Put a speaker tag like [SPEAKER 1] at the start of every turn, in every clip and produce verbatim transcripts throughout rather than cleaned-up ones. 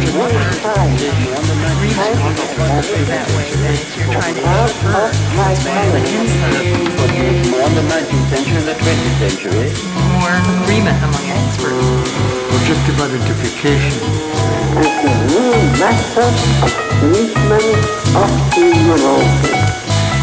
[SPEAKER 1] More agreement among experts.
[SPEAKER 2] Objective identification.
[SPEAKER 3] As the new method of treatment of the neurosis.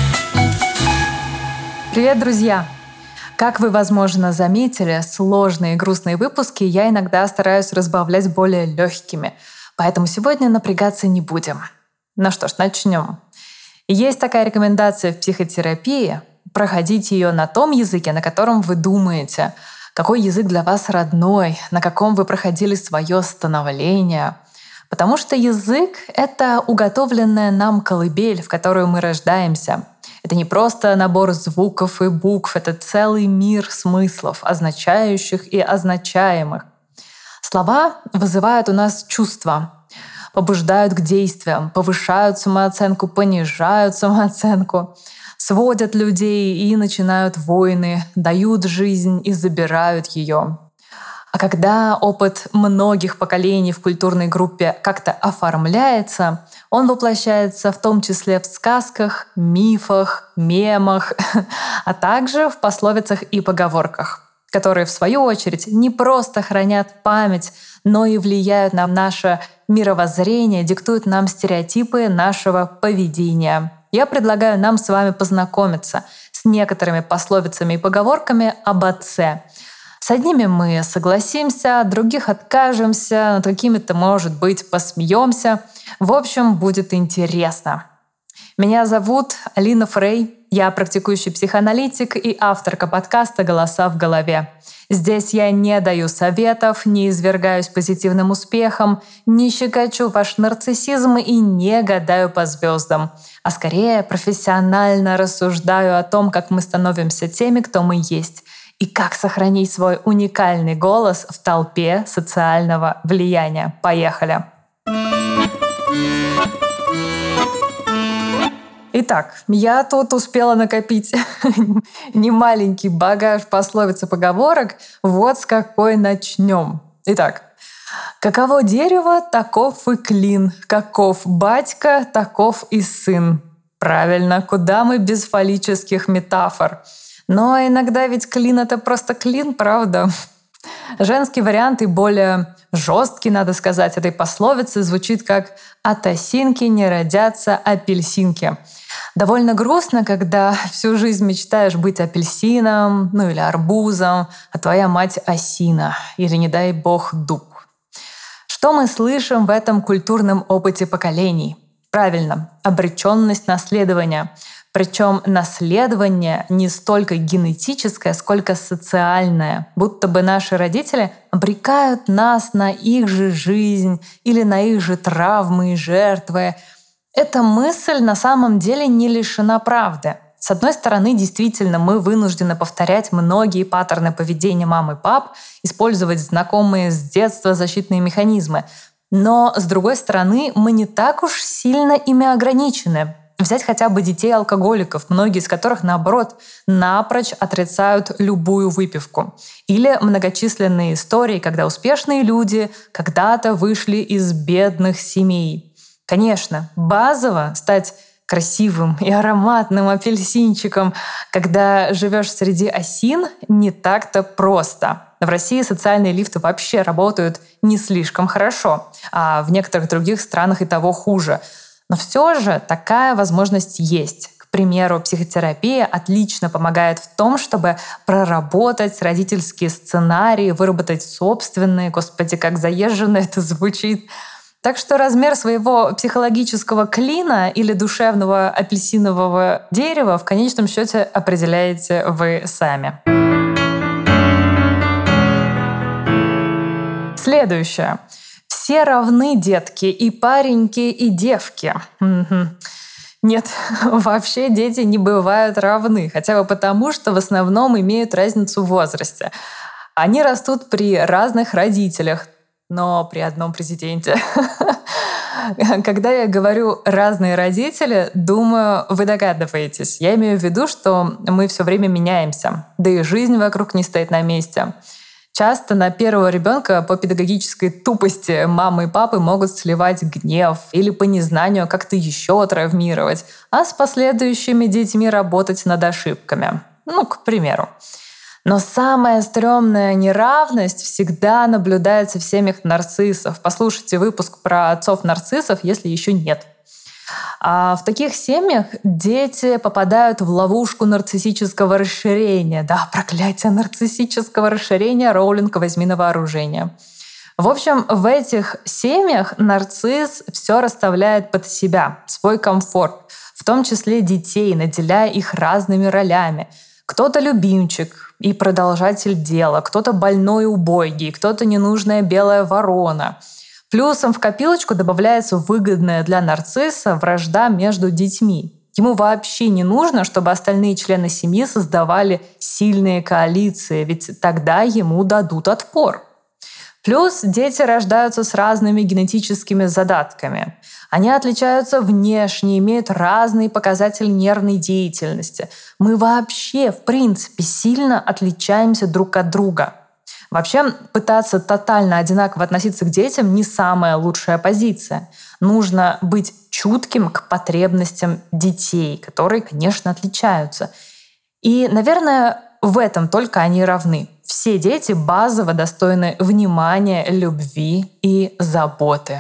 [SPEAKER 4] Привет, друзья! Как вы, возможно, заметили, сложные и грустные выпуски я иногда стараюсь разбавлять более легкими, поэтому сегодня напрягаться не будем. Ну что ж, начнем. Есть такая рекомендация в психотерапии — проходить ее на том языке, на котором вы думаете, какой язык для вас родной, на каком вы проходили свое становление. Потому что язык — это уготовленная нам колыбель, в которую мы рождаемся. Это не просто набор звуков и букв, это целый мир смыслов, означающих и означаемых. Слова вызывают у нас чувства, побуждают к действиям, повышают самооценку, понижают самооценку, сводят людей и начинают войны, дают жизнь и забирают ее. А когда опыт многих поколений в культурной группе как-то оформляется, он воплощается в том числе в сказках, мифах, мемах, а также в пословицах и поговорках, которые, в свою очередь, не просто хранят память, но и влияют на наше мировоззрение, диктуют нам стереотипы нашего поведения. Я предлагаю нам с вами познакомиться с некоторыми пословицами и поговорками об отце. С одними мы согласимся, от других откажемся, над какими-то, может быть, посмеемся. В общем, будет интересно. Меня зовут Алина Фрей, я практикующий психоаналитик и авторка подкаста «Голоса в голове». Здесь я не даю советов, не извергаюсь позитивным успехом, не щекочу ваш нарциссизм и не гадаю по звездам, а скорее профессионально рассуждаю о том, как мы становимся теми, кто мы есть, и как сохранить свой уникальный голос в толпе социального влияния. Поехали! Итак, я тут успела накопить немаленький багаж пословиц и поговорок. Вот с какой начнем. Итак, каково дерево, таков и клин. Каков батька, таков и сын. Правильно, куда мы без фаллических метафор? Но иногда ведь клин — это просто клин, правда? Женский вариант и более жесткий, надо сказать, этой пословицы звучит как «от осинки не родятся апельсинки». Довольно грустно, когда всю жизнь мечтаешь быть апельсином, ну или арбузом, а твоя мать — осина, или, не дай бог, дуб. Что мы слышим в этом культурном опыте поколений? Правильно, обреченность наследования. Причем наследование не столько генетическое, сколько социальное. Будто бы наши родители обрекают нас на их же жизнь или на их же травмы и жертвы. Эта мысль на самом деле не лишена правды. С одной стороны, действительно, мы вынуждены повторять многие паттерны поведения мам и пап, использовать знакомые с детства защитные механизмы. Но, с другой стороны, мы не так уж сильно ими ограничены. Взять хотя бы детей-алкоголиков, многие из которых, наоборот, напрочь отрицают любую выпивку. Или многочисленные истории, когда успешные люди когда-то вышли из бедных семей. Конечно, базово стать красивым и ароматным апельсинчиком, когда живешь среди осин, не так-то просто. В России социальные лифты вообще работают не слишком хорошо, а в некоторых других странах и того хуже. Но все же такая возможность есть. К примеру, психотерапия отлично помогает в том, чтобы проработать родительские сценарии, выработать собственные. Господи, как заезженно это звучит. Так что размер своего психологического клина или душевного апельсинового дерева в конечном счете определяете вы сами. Следующее. Все равны, детки, и пареньки, и девки. Угу. Нет, вообще дети не бывают равны, хотя бы потому, что в основном имеют разницу в возрасте. Они растут при разных родителях, но при одном президенте. Когда я говорю «разные родители», думаю, вы догадываетесь. Я имею в виду, что мы все время меняемся, да и жизнь вокруг не стоит на месте. Часто на первого ребенка по педагогической тупости мамы и папы могут сливать гнев или по незнанию как-то еще травмировать, а с последующими детьми работать над ошибками. Ну, к примеру. Но самая стрёмная неравность всегда наблюдается в семьях нарциссов. Послушайте выпуск про отцов-нарциссов, если еще нет. А в таких семьях дети попадают в ловушку нарциссического расширения. Да, проклятие нарциссического расширения, Роулинг, возьми на вооружение. В общем, в этих семьях нарцисс все расставляет под себя, свой комфорт, в том числе детей, наделяя их разными ролями. Кто-то любимчик и продолжатель дела, кто-то больной и убогий, кто-то ненужная белая ворона. Плюсом в копилочку добавляется выгодная для нарцисса вражда между детьми. Ему вообще не нужно, чтобы остальные члены семьи создавали сильные коалиции, ведь тогда ему дадут отпор. Плюс дети рождаются с разными генетическими задатками. Они отличаются внешне, имеют разный показатель нервной деятельности. Мы вообще, в принципе, сильно отличаемся друг от друга. Вообще, пытаться тотально одинаково относиться к детям не самая лучшая позиция. Нужно быть чутким к потребностям детей, которые, конечно, отличаются. И, наверное, в этом только они равны. Все дети базово достойны внимания, любви и заботы.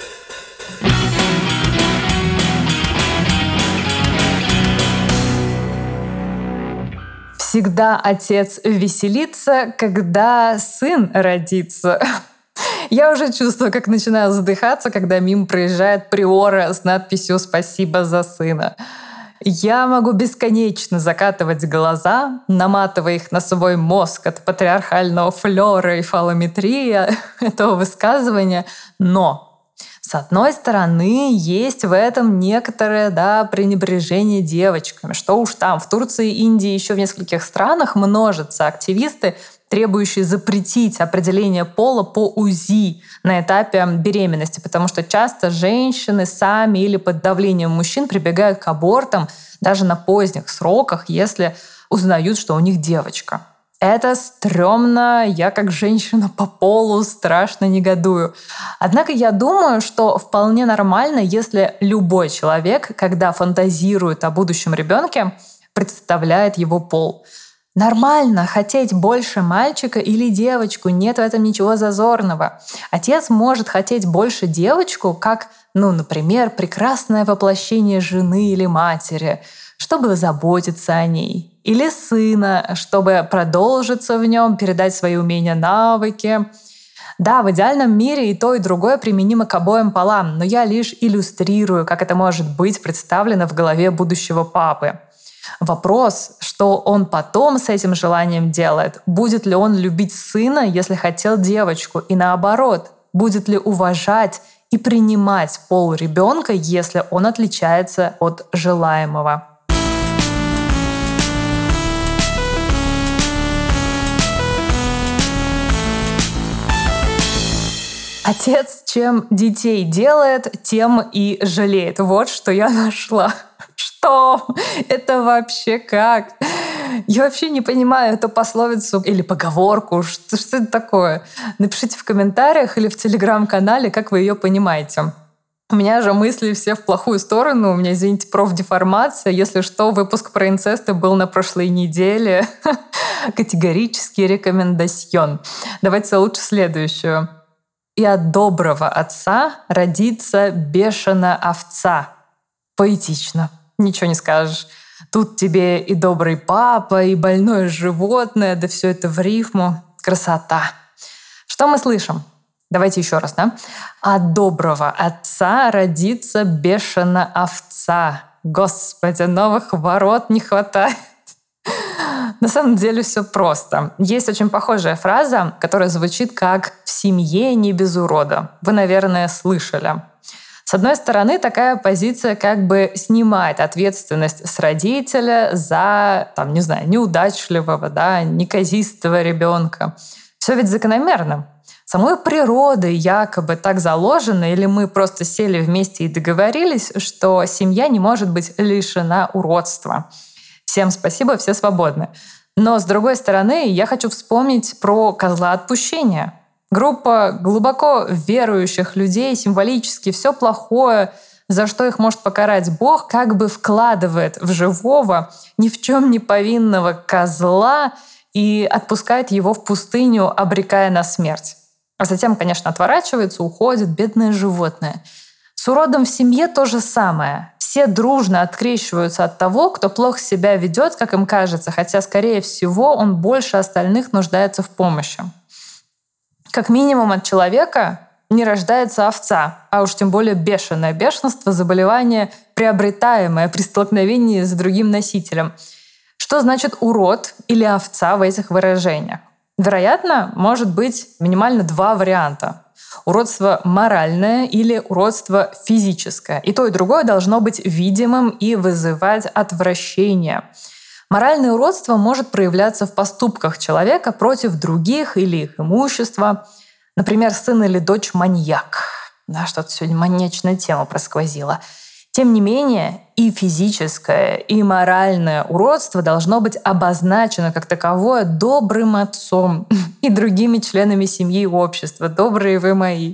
[SPEAKER 4] Всегда отец веселится, когда сын родится. Я уже чувствую, как начинаю задыхаться, когда мимо проезжает приора с надписью «Спасибо за сына». Я могу бесконечно закатывать глаза, наматывая их на свой мозг от патриархального флёра и фалометрии этого высказывания, но с одной стороны, есть в этом некоторое да, пренебрежение девочками. Что уж там, в Турции, Индии и еще в нескольких странах множатся активисты, требующие запретить определение пола по УЗИ на этапе беременности, потому что часто женщины сами или под давлением мужчин прибегают к абортам даже на поздних сроках, если узнают, что у них девочка. Это стрёмно, я как женщина по полу страшно негодую. Однако я думаю, что вполне нормально, если любой человек, когда фантазирует о будущем ребенке, представляет его пол. Нормально хотеть больше мальчика или девочку, нет в этом ничего зазорного. Отец может хотеть больше девочку, как, ну, например, прекрасное воплощение жены или матери, чтобы заботиться о ней. Или сына, чтобы продолжиться в нем, передать свои умения, навыки. Да, в идеальном мире и то, и другое применимо к обоим полам, но я лишь иллюстрирую, как это может быть представлено в голове будущего папы. Вопрос, что он потом с этим желанием делает. Будет ли он любить сына, если хотел девочку? И наоборот, будет ли уважать и принимать пол ребенка, если он отличается от желаемого? Отец чем детей делает, тем и жалеет. Вот что я нашла. Что? Это вообще как? Я вообще не понимаю эту пословицу или поговорку. Что, что это такое? Напишите в комментариях или в телеграм-канале, как вы ее понимаете. У меня же мысли все в плохую сторону. У меня, извините, профдеформация. Если что, выпуск про инцесты был на прошлой неделе. Категорический рекомендацион. Давайте лучше следующую. «И от доброго отца родится бешеная овца». Поэтично. Ничего не скажешь. Тут тебе и добрый папа, и больное животное, да все это в рифму. Красота. Что мы слышим? Давайте еще раз, да? От доброго отца родится бешеная овца. Господи, новых ворот не хватает. На самом деле все просто. Есть очень похожая фраза, которая звучит как «в семье не без урода». Вы, наверное, слышали. С одной стороны, такая позиция как бы снимает ответственность с родителя за, там, не знаю, неудачливого, да, неказистого ребенка. Все ведь закономерно. Самой природой якобы так заложено, или мы просто сели вместе и договорились, что семья не может быть лишена уродства. Всем спасибо, все свободны. Но, с другой стороны, я хочу вспомнить про козла отпущения. Группа глубоко верующих людей символически все плохое, за что их может покарать Бог, как бы вкладывает в живого, ни в чем не повинного козла и отпускает его в пустыню, обрекая на смерть. А затем, конечно, отворачивается, уходит бедное животное. С уродом в семье то же самое. Все дружно открещиваются от того, кто плохо себя ведет, как им кажется, хотя, скорее всего, он больше остальных нуждается в помощи. Как минимум от человека не рождается овца, а уж тем более бешеное бешенство, заболевание, приобретаемое при столкновении с другим носителем. Что значит урод или овца в этих выражениях? Вероятно, может быть минимально два варианта. Уродство моральное или уродство физическое. И то, и другое должно быть видимым и вызывать отвращение. Моральное уродство может проявляться в поступках человека против других или их имущества. Например, сын или дочь маньяк. Да, что-то сегодня маньячная тема просквозила. Тем не менее, и физическое, и моральное уродство должно быть обозначено как таковое добрым отцом и другими членами семьи и общества. Добрые вы мои.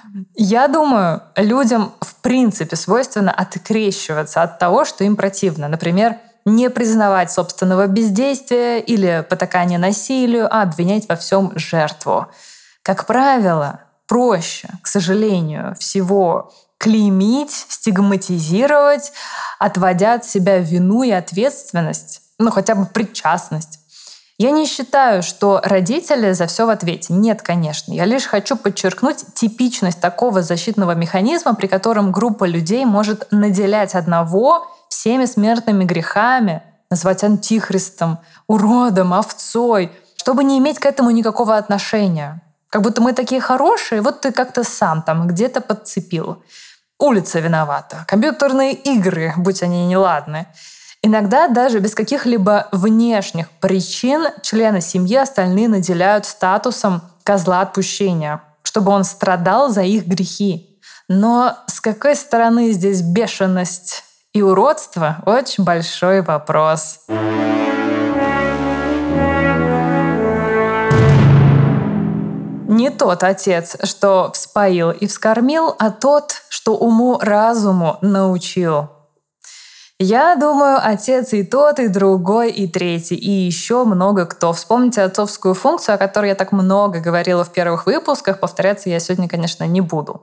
[SPEAKER 4] Я думаю, людям в принципе свойственно открещиваться от того, что им противно. Например, не признавать собственного бездействия или потакания насилию, а обвинять во всем жертву. Как правило, проще, к сожалению, всего клеймить, стигматизировать, отводя от себя вину и ответственность, ну хотя бы причастность. Я не считаю, что родители за все в ответе. Нет, конечно. Я лишь хочу подчеркнуть типичность такого защитного механизма, при котором группа людей может наделять одного всеми смертными грехами, назвать антихристом, уродом, овцой, чтобы не иметь к этому никакого отношения. Как будто мы такие хорошие, вот ты как-то сам там где-то подцепил. Улица виновата, компьютерные игры, будь они неладны. Иногда даже без каких-либо внешних причин члены семьи остальные наделяют статусом козла отпущения, чтобы он страдал за их грехи. Но с какой стороны здесь бешеность и уродство — очень большой вопрос. Не тот отец, что вспоил и вскормил, а тот, что уму-разуму научил. Я думаю, отец и тот, и другой, и третий, и еще много кто. Вспомните отцовскую функцию, о которой я так много говорила в первых выпусках. Повторяться я сегодня, конечно, не буду.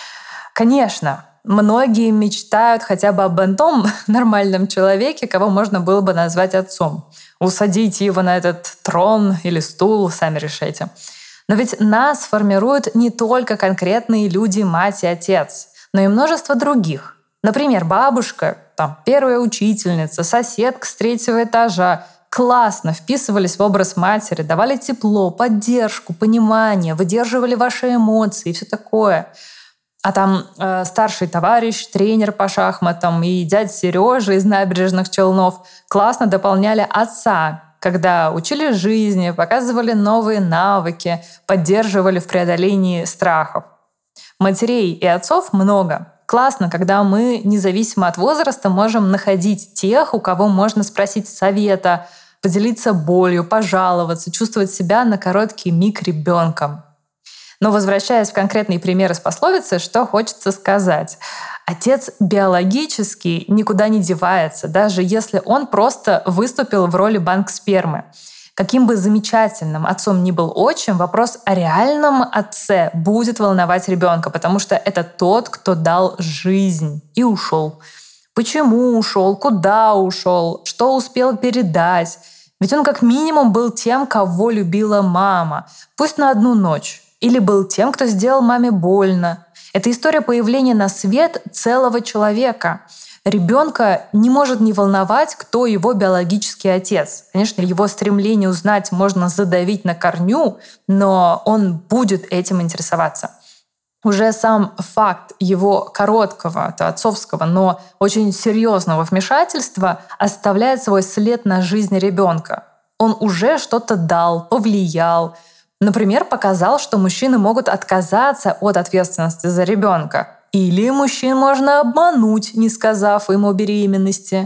[SPEAKER 4] Конечно, многие мечтают хотя бы об одном нормальном человеке, кого можно было бы назвать отцом. Усадить его на этот трон или стул, сами решайте. Но ведь нас формируют не только конкретные люди, мать и отец, но и множество других. Например, бабушка, там, первая учительница, соседка с третьего этажа классно вписывались в образ матери, давали тепло, поддержку, понимание, выдерживали ваши эмоции и все такое. А там э, старший товарищ, тренер по шахматам и дядя Сережа из Набережных Челнов классно дополняли отца, когда учили жизни, показывали новые навыки, поддерживали в преодолении страхов. Матерей и отцов много. Классно, когда мы, независимо от возраста, можем находить тех, у кого можно спросить совета, поделиться болью, пожаловаться, чувствовать себя на короткий миг ребенком. Но возвращаясь в конкретные примеры с пословицы, что хочется сказать. Отец биологически никуда не девается, даже если он просто выступил в роли банк спермы. Каким бы замечательным отцом ни был отчим, вопрос о реальном отце будет волновать ребенка, потому что это тот, кто дал жизнь и ушел. Почему ушел, куда ушел, что успел передать? Ведь он как минимум был тем, кого любила мама, пусть на одну ночь. Или был тем, кто сделал маме больно. Это история появления на свет целого человека. Ребенка не может не волновать, кто его биологический отец. Конечно, его стремление узнать можно задавить на корню, но он будет этим интересоваться. Уже сам факт его короткого, отцовского, но очень серьезного вмешательства оставляет свой след на жизнь ребенка. Он уже что-то дал, повлиял. Например, показал, что мужчины могут отказаться от ответственности за ребенка. Или мужчин можно обмануть, не сказав им о беременности.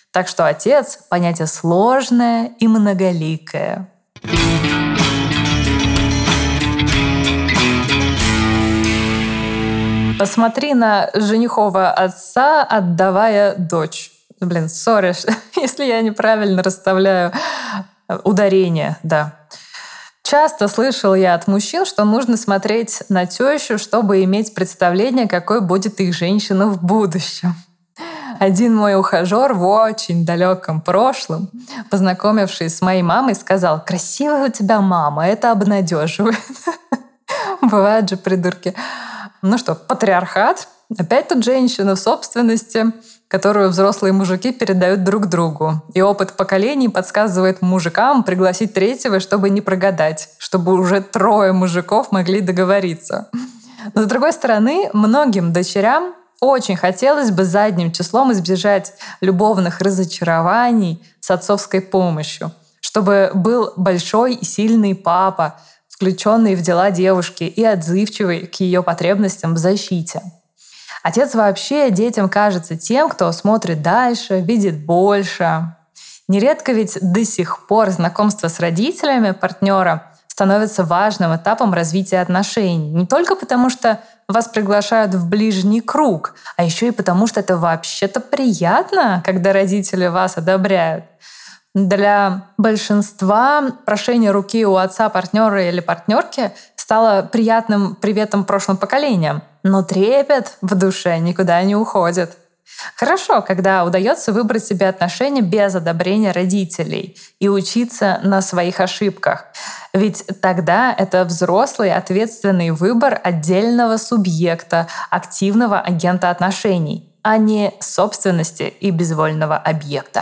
[SPEAKER 4] Так что отец — понятие сложное и многоликое. Посмотри на женихова отца, отдавая дочь. Блин, сори, если я неправильно расставляю ударение, да. Часто слышал я от мужчин, что нужно смотреть на тещу, чтобы иметь представление, какой будет их женщина в будущем. Один мой ухажер в очень далеком прошлом, познакомившись с моей мамой, сказал: «Красивая у тебя мама, это обнадеживает». Бывают же придурки. Ну что, патриархат. Опять тут женщина в собственности, которую взрослые мужики передают друг другу. И опыт поколений подсказывает мужикам пригласить третьего, чтобы не прогадать, чтобы уже трое мужиков могли договориться. Но с другой стороны, многим дочерям очень хотелось бы задним числом избежать любовных разочарований с отцовской помощью, чтобы был большой и сильный папа, включенный в дела девушки и отзывчивый к ее потребностям в защите. Отец вообще детям кажется тем, кто смотрит дальше, видит больше. Нередко ведь до сих пор знакомство с родителями партнера становится важным этапом развития отношений. Не только потому, что вас приглашают в ближний круг, а еще и потому, что это вообще-то приятно, когда родители вас одобряют. Для большинства прошение руки у отца партнера или партнерки стало приятным приветом прошлым поколениям, но трепет в душе никуда не уходит. Хорошо, когда удается выбрать себе отношения без одобрения родителей и учиться на своих ошибках. Ведь тогда это взрослый ответственный выбор отдельного субъекта, активного агента отношений, а не собственности и безвольного объекта.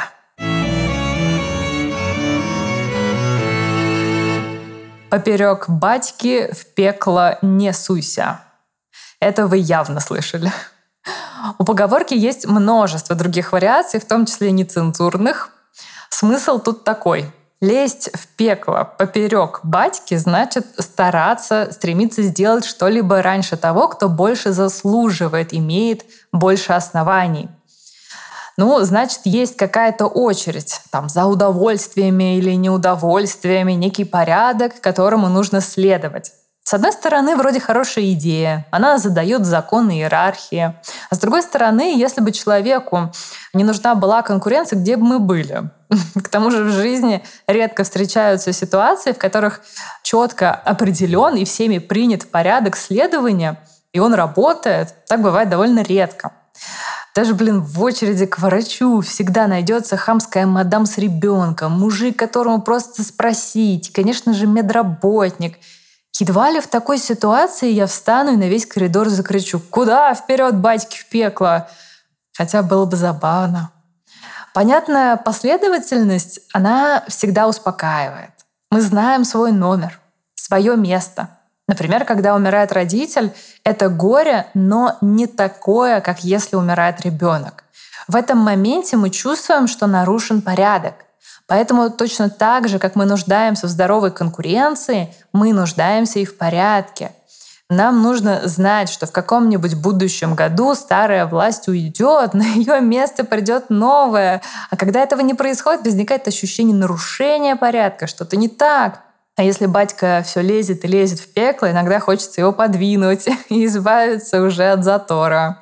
[SPEAKER 4] Поперек батьки в пекло не суйся. Это вы явно слышали. У поговорки есть множество других вариаций, в том числе нецензурных. Смысл тут такой. Лезть в пекло поперек батьки значит стараться, стремиться сделать что-либо раньше того, кто больше заслуживает, имеет больше оснований. Ну, значит, есть какая-то очередь там, за удовольствиями или неудовольствиями, некий порядок, которому нужно следовать. С одной стороны, вроде хорошая идея, она задает законы иерархии. А с другой стороны, если бы человеку не нужна была конкуренция, где бы мы были? К тому же в жизни редко встречаются ситуации, в которых четко определен и всеми принят порядок следования, и он работает. Так бывает довольно редко. Даже, блин, в очереди к врачу всегда найдется хамская мадам с ребенком, мужик, которому просто спросить, конечно же, медработник. Едва ли в такой ситуации я встану и на весь коридор закричу: «Куда? Вперед, батьки, в пекло!» Хотя было бы забавно. Понятная последовательность, она всегда успокаивает. Мы знаем свой номер, свое место. Например, когда умирает родитель, это горе, но не такое, как если умирает ребенок. В этом моменте мы чувствуем, что нарушен порядок. Поэтому точно так же, как мы нуждаемся в здоровой конкуренции, мы нуждаемся и в порядке. Нам нужно знать, что в каком-нибудь будущем году старая власть уйдет, на ее место придет новая. А когда этого не происходит, возникает ощущение нарушения порядка, что-то не так. А если батька все лезет и лезет в пекло, иногда хочется его подвинуть и избавиться уже от затора.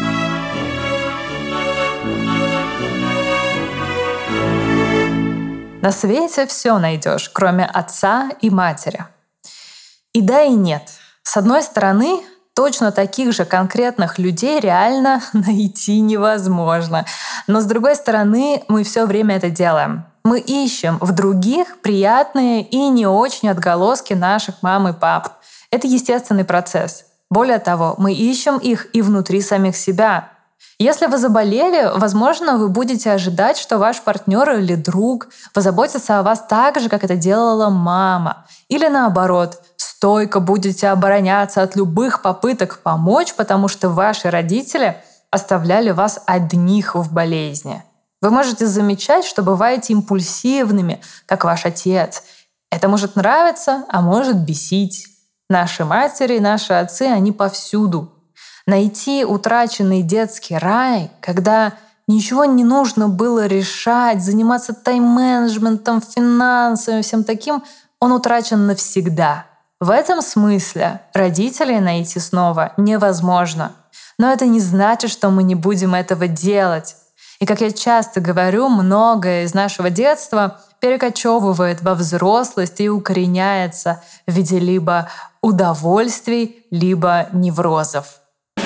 [SPEAKER 4] На свете все найдешь, кроме отца и матери. И да, и нет. С одной стороны, точно таких же конкретных людей реально найти невозможно. Но с другой стороны, мы все время это делаем. Мы ищем в других приятные и не очень отголоски наших мам и пап. Это естественный процесс. Более того, мы ищем их и внутри самих себя. Если вы заболели, возможно, вы будете ожидать, что ваш партнер или друг позаботится о вас так же, как это делала мама. Или наоборот, стойко будете обороняться от любых попыток помочь, потому что ваши родители оставляли вас одних в болезни. Вы можете замечать, что бываете импульсивными, как ваш отец. Это может нравиться, а может бесить. Наши матери и наши отцы, они повсюду. Найти утраченный детский рай, когда ничего не нужно было решать, заниматься тайм-менеджментом, финансами, всем таким, он утрачен навсегда. В этом смысле родителей найти снова невозможно. Но это не значит, что мы не будем этого делать. И, как я часто говорю, многое из нашего детства перекочевывает во взрослость и укореняется в виде либо удовольствий, либо неврозов.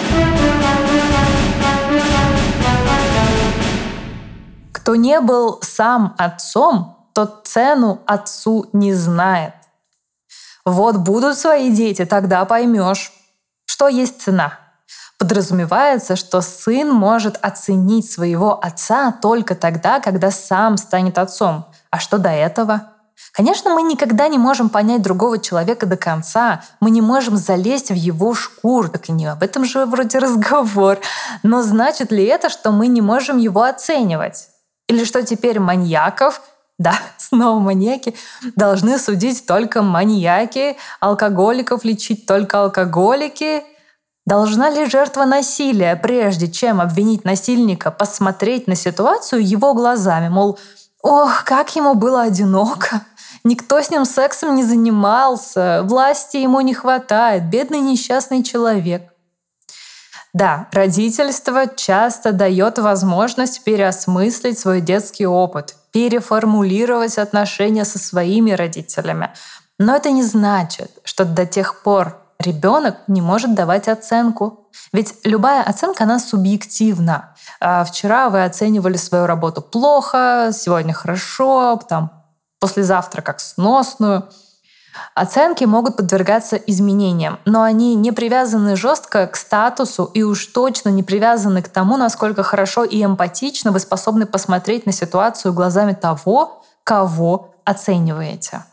[SPEAKER 4] Кто не был сам отцом, тот цену отцу не знает. Вот будут свои дети, тогда поймешь, что есть цена. Подразумевается, что сын может оценить своего отца только тогда, когда сам станет отцом. А что до этого? Конечно, мы никогда не можем понять другого человека до конца. Мы не можем залезть в его шкуру. Так и не об этом же вроде разговор. Но значит ли это, что мы не можем его оценивать? Или что теперь маньяков, да, снова маньяки, должны судить только маньяки, алкоголиков лечить только алкоголики? Должна ли жертва насилия, прежде чем обвинить насильника, посмотреть на ситуацию его глазами, мол, ох, как ему было одиноко, никто с ним сексом не занимался, власти ему не хватает, бедный несчастный человек. Да, родительство часто дает возможность переосмыслить свой детский опыт, переформулировать отношения со своими родителями. Но это не значит, что до тех пор ребенок не может давать оценку. Ведь любая оценка, она субъективна. А вчера вы оценивали свою работу плохо, сегодня хорошо, там, послезавтра как сносную. Оценки могут подвергаться изменениям, но они не привязаны жестко к статусу и уж точно не привязаны к тому, насколько хорошо и эмпатично вы способны посмотреть на ситуацию глазами того, кого оцениваете.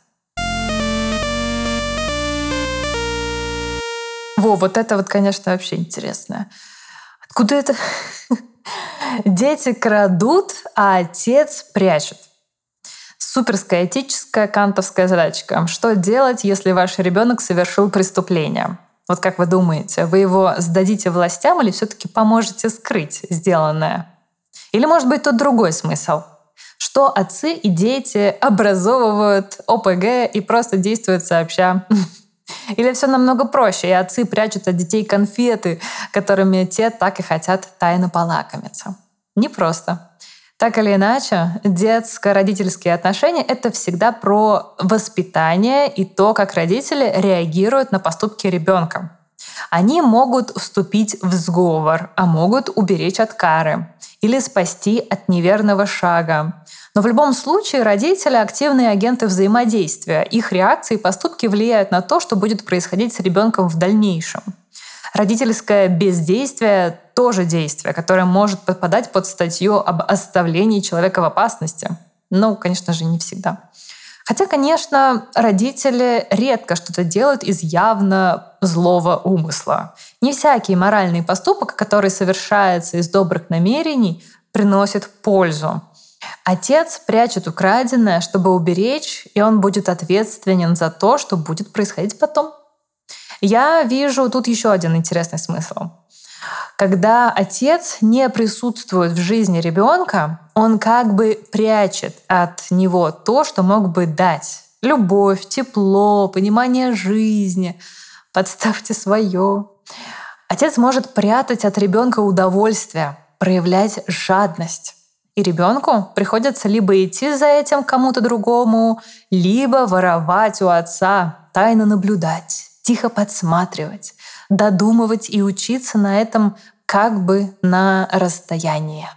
[SPEAKER 4] Во, вот это вот, конечно, вообще интересно. Откуда это? Дети крадут, а отец прячет. Суперская этическая кантовская задачка. Что делать, если ваш ребенок совершил преступление? Вот как вы думаете, вы его сдадите властям или все-таки поможете скрыть сделанное? Или, может быть, тут другой смысл? Что отцы и дети образовывают о пэ гэ и просто действуют сообща? Или все намного проще, и отцы прячут от детей конфеты, которыми те так и хотят тайно полакомиться? Непросто. Так или иначе, детско-родительские отношения — это всегда про воспитание и то, как родители реагируют на поступки ребенка. Они могут вступить в сговор, а могут уберечь от кары или спасти от неверного шага. Но в любом случае родители — активные агенты взаимодействия. Их реакции и поступки влияют на то, что будет происходить с ребенком в дальнейшем. Родительское бездействие — тоже действие, которое может подпадать под статью об оставлении человека в опасности. Ну, конечно же, не всегда. Хотя, конечно, родители редко что-то делают из явно злого умысла. Не всякий моральный поступок, который совершается из добрых намерений, приносит пользу. Отец прячет украденное, чтобы уберечь, и он будет ответственен за то, что будет происходить потом. Я вижу тут еще один интересный смысл. Когда отец не присутствует в жизни ребенка, он как бы прячет от него то, что мог бы дать. Любовь, тепло, понимание жизни. Подставьте свое. Отец может прятать от ребенка удовольствие, проявлять жадность. И ребенку приходится либо идти за этим к кому-то другому, либо воровать у отца, тайно наблюдать, тихо подсматривать, додумывать и учиться на этом как бы на расстоянии.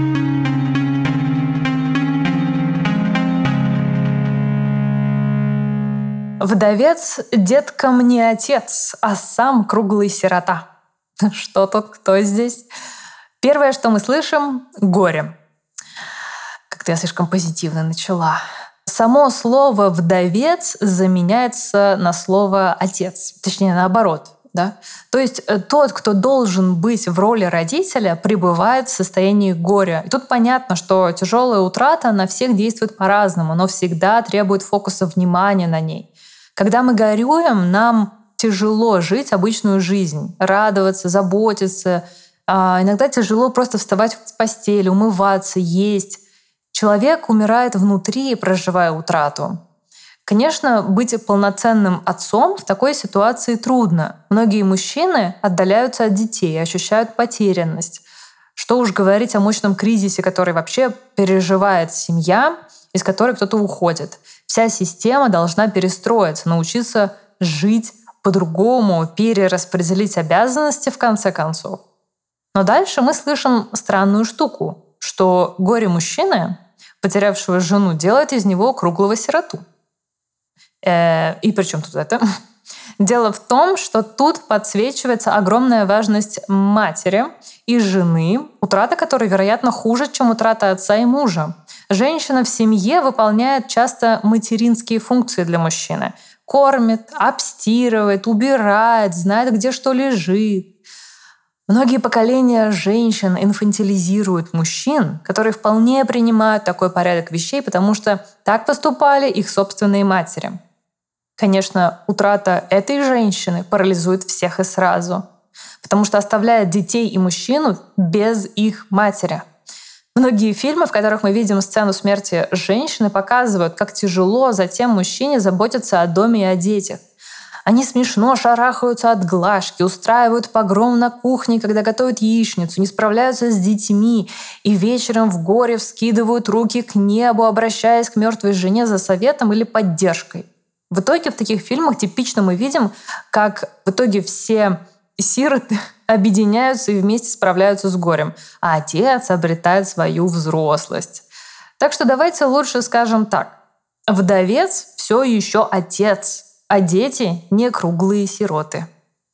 [SPEAKER 4] Вдовец деткам не отец, а сам круглый сирота. Что тут, кто здесь? Первое, что мы слышим — горе. Как-то я слишком позитивно начала. Само слово «вдовец» заменяется на слово «отец». Точнее, наоборот. Да? То есть тот, кто должен быть в роли родителя, пребывает в состоянии горя. И тут понятно, что тяжелая утрата на всех действует по-разному, но всегда требует фокуса внимания на ней. Когда мы горюем, нам тяжело жить обычную жизнь, радоваться, заботиться. А иногда тяжело просто вставать с постели, умываться, есть. Человек умирает внутри, проживая утрату. Конечно, быть полноценным отцом в такой ситуации трудно. Многие мужчины отдаляются от детей, ощущают потерянность. Что уж говорить о мощном кризисе, который вообще переживает семья, из которой кто-то уходит. Вся система должна перестроиться, научиться жить по-другому, перераспределить обязанности в конце концов. Но дальше мы слышим странную штуку, что горе-мужчины, потерявшего жену, делает из него круглого сироту. Э, и при чем тут это? Дело в том, что тут подсвечивается огромная важность матери и жены, утрата которой, вероятно, хуже, чем утрата отца и мужа. Женщина в семье выполняет часто материнские функции для мужчины. Кормит, обстирывает, убирает, знает, где что лежит. Многие поколения женщин инфантилизируют мужчин, которые вполне принимают такой порядок вещей, потому что так поступали их собственные матери. Конечно, утрата этой женщины парализует всех и сразу, потому что оставляет детей и мужчину без их матери. Многие фильмы, в которых мы видим сцену смерти женщины, показывают, как тяжело затем мужчине заботиться о доме и о детях. Они смешно шарахаются от глажки, устраивают погром на кухне, когда готовят яичницу, не справляются с детьми и вечером в горе вскидывают руки к небу, обращаясь к мертвой жене за советом или поддержкой. В итоге в таких фильмах типично мы видим, как в итоге все сироты объединяются и вместе справляются с горем, а отец обретает свою взрослость. Так что давайте лучше скажем так. Вдовец все еще отец, а дети не круглые сироты.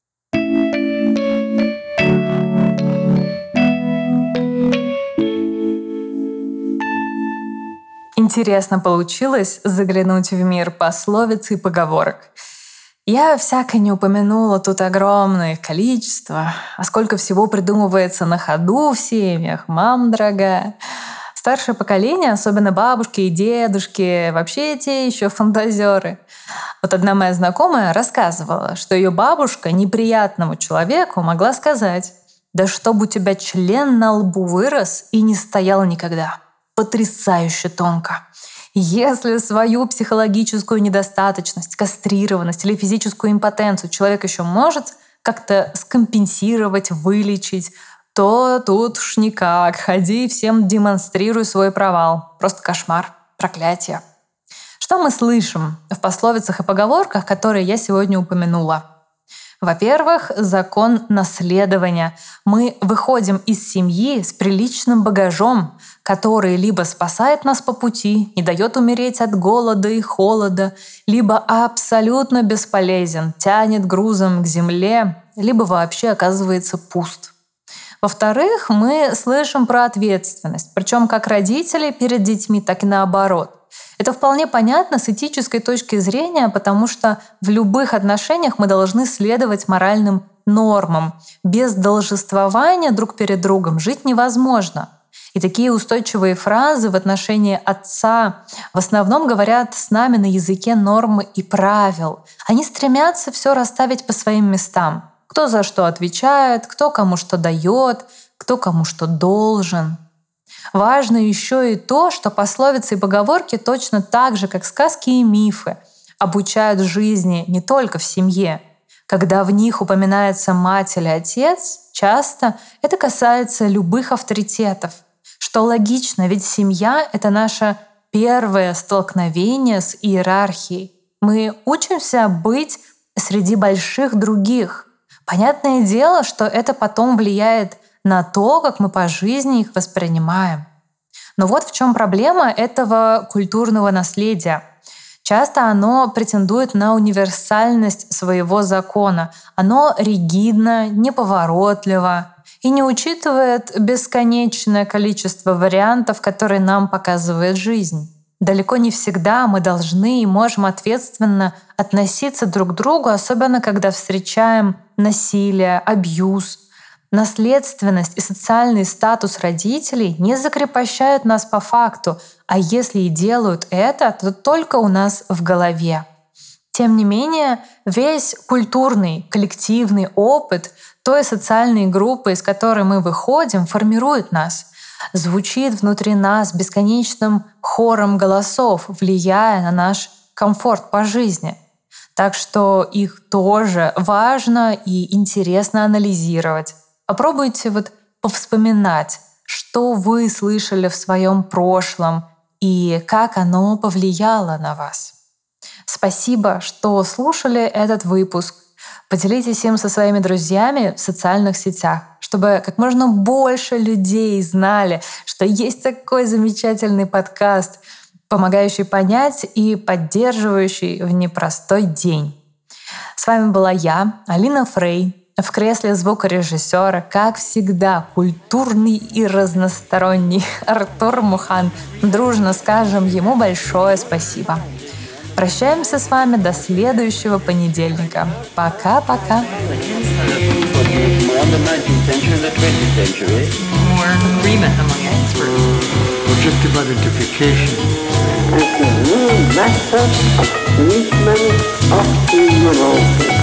[SPEAKER 4] Интересно получилось заглянуть в мир пословиц и поговорок. Я всяко не упомянула тут огромное количество, а сколько всего придумывается на ходу в семьях, мам дорогая. Старшее поколение, особенно бабушки и дедушки, вообще те еще фантазеры. Вот одна моя знакомая рассказывала, что ее бабушка неприятному человеку могла сказать: «Да чтоб у тебя член на лбу вырос и не стоял никогда». Потрясающе тонко. Если свою психологическую недостаточность, кастрированность или физическую импотенцию человек еще может как-то скомпенсировать, вылечить, то тут уж никак. Ходи и всем демонстрируй свой провал. Просто кошмар, проклятие. Что мы слышим в пословицах и поговорках, которые я сегодня упомянула? Во-первых, закон наследования. Мы выходим из семьи с приличным багажом, который либо спасает нас по пути, не дает умереть от голода и холода, либо абсолютно бесполезен, тянет грузом к земле, либо вообще оказывается пуст. Во-вторых, мы слышим про ответственность, причем как родители перед детьми, так и наоборот. Это вполне понятно с этической точки зрения, потому что в любых отношениях мы должны следовать моральным нормам. Без должествования друг перед другом жить невозможно. И такие устойчивые фразы в отношении отца в основном говорят с нами на языке нормы и правил. Они стремятся все расставить по своим местам. Кто за что отвечает, кто кому что дает, кто кому что должен. Важно еще и то, что пословицы и поговорки точно так же, как сказки и мифы, обучают жизни не только в семье. Когда в них упоминается мать или отец, часто это касается любых авторитетов. Что логично, ведь семья — это наше первое столкновение с иерархией. Мы учимся быть среди больших других. Понятное дело, что это потом влияет на то, как мы по жизни их воспринимаем. Но вот в чем проблема этого культурного наследия. Часто оно претендует на универсальность своего закона. Оно ригидно, неповоротливо и не учитывает бесконечное количество вариантов, которые нам показывает жизнь. Далеко не всегда мы должны и можем ответственно относиться друг к другу, особенно когда встречаем насилие, абьюз. Наследственность и социальный статус родителей не закрепощают нас по факту, а если и делают это, то только у нас в голове. Тем не менее, весь культурный, коллективный опыт той социальной группы, из которой мы выходим, формирует нас, звучит внутри нас бесконечным хором голосов, влияя на наш комфорт по жизни. Так что их тоже важно и интересно анализировать. Попробуйте вот повспоминать, что вы слышали в своем прошлом и как оно повлияло на вас. Спасибо, что слушали этот выпуск. Поделитесь им со своими друзьями в социальных сетях, чтобы как можно больше людей знали, что есть такой замечательный подкаст, помогающий понять и поддерживающий в непростой день. С вами была я, Алина Фрей, в кресле звукорежиссера, как всегда, культурный и разносторонний Артур Мухан. Дружно скажем ему большое спасибо. Прощаемся с вами до следующего понедельника. Пока-пока.
[SPEAKER 1] More agreement among experts.
[SPEAKER 2] Objective identification.
[SPEAKER 3] as the new method of treatment of the neurosis.